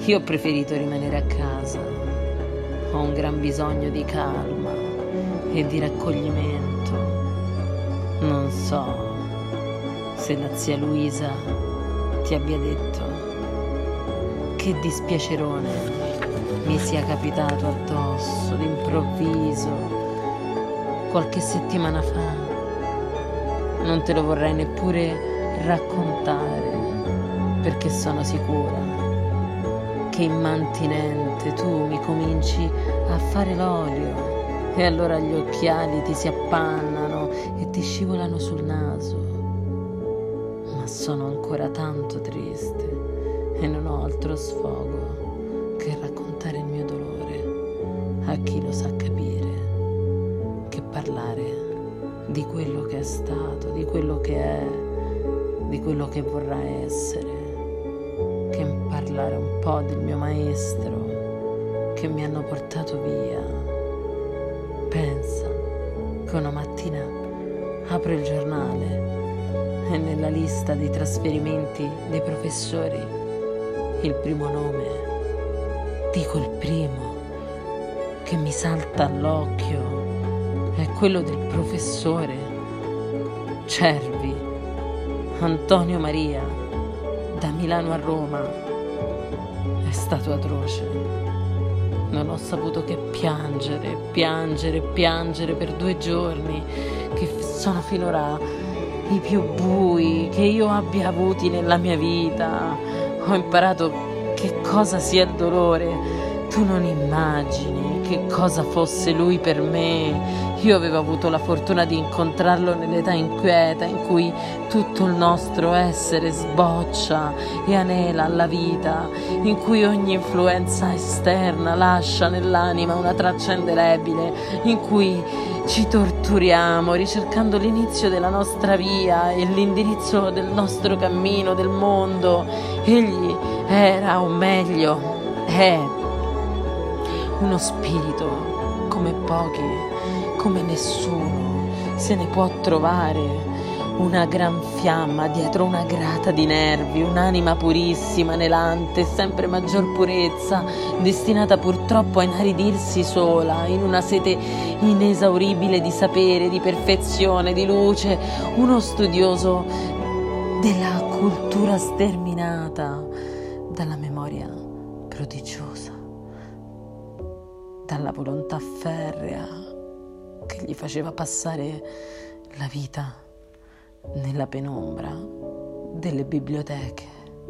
Io ho preferito rimanere a casa. Ho un gran bisogno di calma e di raccoglimento. Non so se la zia Luisa ti abbia detto che dispiacerone mi sia capitato addosso d'improvviso qualche settimana fa. Non te lo vorrei neppure raccontare, perché sono sicura che immantinente tu mi cominci a fare l'olio e allora gli occhiali ti si appannano e ti scivolano sul naso. Ma sono ancora tanto triste e non ho altro sfogo che raccontare il mio dolore a chi lo sa capire, che parlare di quello che è stato, di quello che è, di quello che vorrà essere, che parlare un po' del mio maestro che mi hanno portato via. Pensa che una mattina apro il giornale e nella lista dei trasferimenti dei professori il primo nome, dico il primo che mi salta all'occhio, è quello del professore Cervi, Antonio Maria, da Milano a Roma. È stato atroce. Non ho saputo che piangere per 2 giorni, che sono finora i più bui che io abbia avuti nella mia vita. Ho imparato che cosa sia il dolore. Tu non immagini che cosa fosse lui per me. Io avevo avuto la fortuna di incontrarlo nell'età inquieta in cui tutto il nostro essere sboccia e anela alla vita, in cui ogni influenza esterna lascia nell'anima una traccia indelebile, in cui ci torturiamo ricercando l'inizio della nostra via e l'indirizzo del nostro cammino, del mondo. Egli era, o meglio, è uno spirito come pochi, come nessuno se ne può trovare, una gran fiamma dietro una grata di nervi, un'anima purissima, anelante, sempre maggior purezza, destinata purtroppo a inaridirsi sola in una sete inesauribile di sapere, di perfezione, di luce, uno studioso della cultura sterminata, dalla memoria prodigiosa, dalla volontà ferrea che gli faceva passare la vita nella penombra delle biblioteche.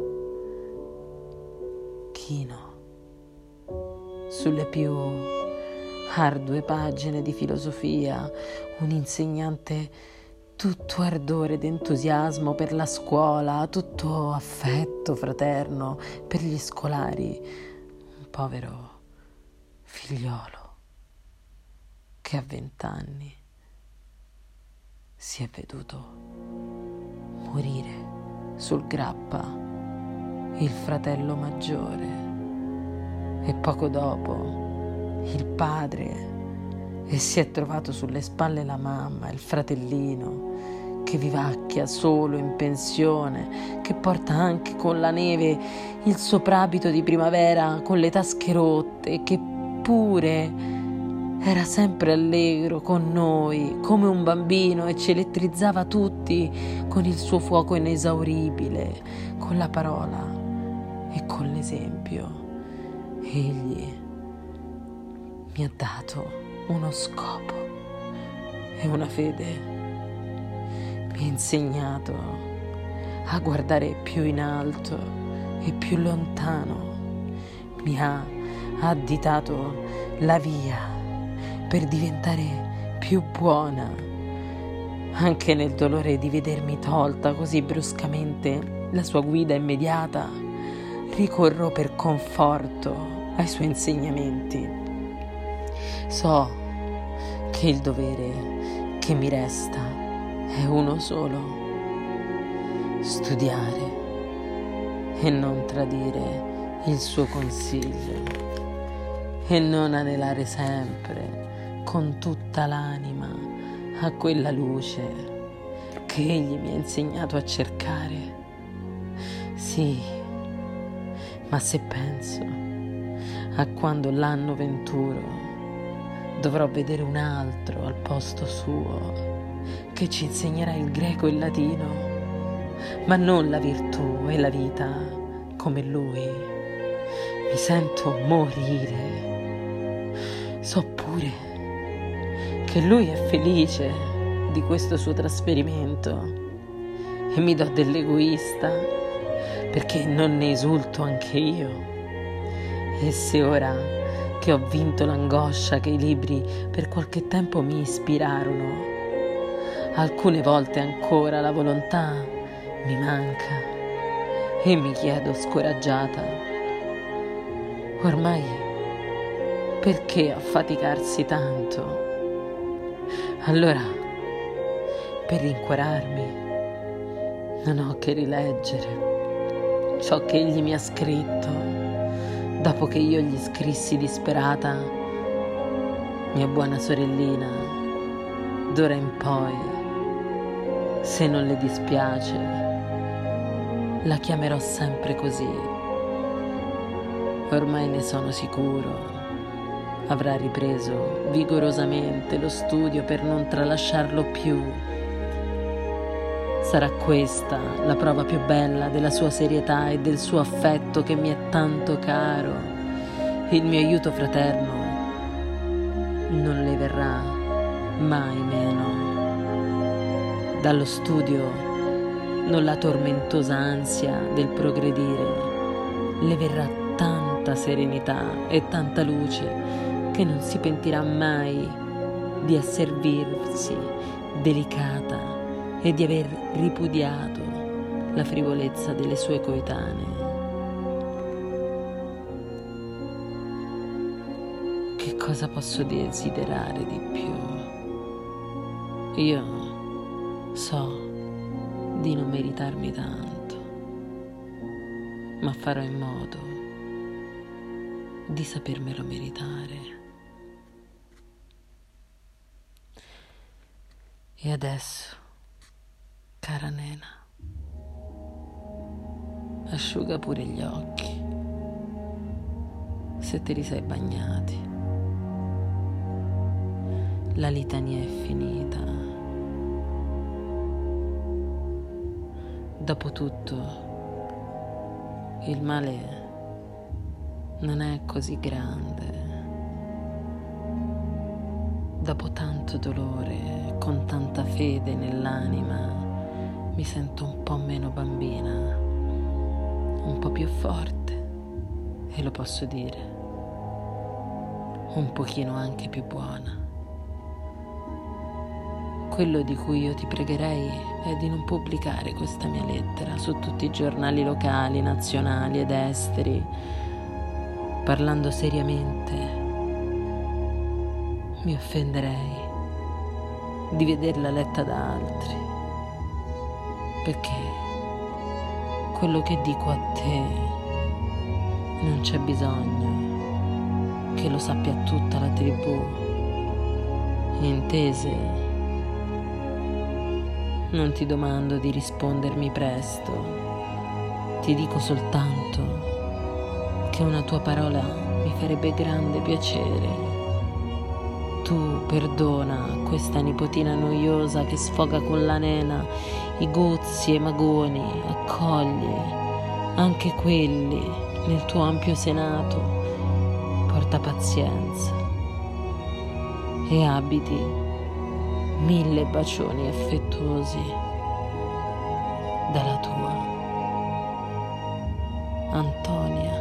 Chino, sulle più ardue pagine di filosofia, un insegnante tutto ardore ed entusiasmo per la scuola, tutto affetto fraterno per gli scolari, un povero figliolo che a 20 anni si è veduto morire sul grappa il fratello maggiore e poco dopo il padre, e si è trovato sulle spalle la mamma, il fratellino che vivacchia solo in pensione, che porta anche con la neve il soprabito di primavera con le tasche rotte, che pure era sempre allegro con noi come un bambino e ci elettrizzava tutti con il suo fuoco inesauribile, con la parola e con l'esempio. Egli mi ha dato uno scopo e una fede. Mi ha insegnato a guardare più in alto e più lontano. Mi ha additato la via per diventare più buona, anche nel dolore di vedermi tolta così bruscamente la sua guida immediata. Ricorro per conforto ai suoi insegnamenti. So che il dovere che mi resta è uno solo: studiare e non tradire il suo consiglio e non anelare sempre con tutta l'anima a quella luce che egli mi ha insegnato a cercare. Sì, Ma se penso a quando l'anno venturo dovrò vedere un altro al posto suo che ci insegnerà il greco e il latino, ma non la virtù e la vita come lui, mi sento morire. So pure che lui è felice di questo suo trasferimento e mi do dell'egoista perché non ne esulto anche io. E se ora che ho vinto l'angoscia che i libri per qualche tempo mi ispirarono, alcune volte ancora la volontà mi manca e mi chiedo scoraggiata: ormai perché affaticarsi tanto? Allora, per rincuorarmi, non ho che rileggere ciò che egli mi ha scritto dopo che io gli scrissi disperata: mia buona sorellina, d'ora in poi, se non le dispiace, la chiamerò sempre così. Ormai ne sono sicuro, avrà ripreso vigorosamente lo studio per non tralasciarlo più. Sarà questa la prova più bella della sua serietà e del suo affetto che mi è tanto caro. Il mio aiuto fraterno non le verrà mai meno. Dallo studio non la tormentosa ansia del progredire, le verrà tanta serenità e tanta luce che non si pentirà mai di asservirsi delicata e di aver ripudiato la frivolezza delle sue coetanee. Che cosa posso desiderare di più? Io so di non meritarmi tanto, ma farò in modo di sapermelo meritare. E adesso, cara nena, asciuga pure gli occhi, se te li sei bagnati. La litania è finita. Dopotutto, il male non è così grande. Dopo tanto dolore, con tanta fede nell'anima, mi sento un po' meno bambina, un po' più forte, e lo posso dire, un pochino anche più buona. Quello di cui io ti pregherei è di non pubblicare questa mia lettera su tutti i giornali locali, nazionali ed esteri. Parlando seriamente, mi offenderei di vederla letta da altri, perché quello che dico a te non c'è bisogno che lo sappia tutta la tribù. Intese? Non ti domando di rispondermi presto, ti dico soltanto che una tua parola mi farebbe grande piacere. Tu perdona questa nipotina noiosa che sfoga con la nena i gozzi e i magoni, accogli anche quelli nel tuo ampio senato, porta pazienza e abiti 1000 bacioni affettuosi dalla tua Antonia.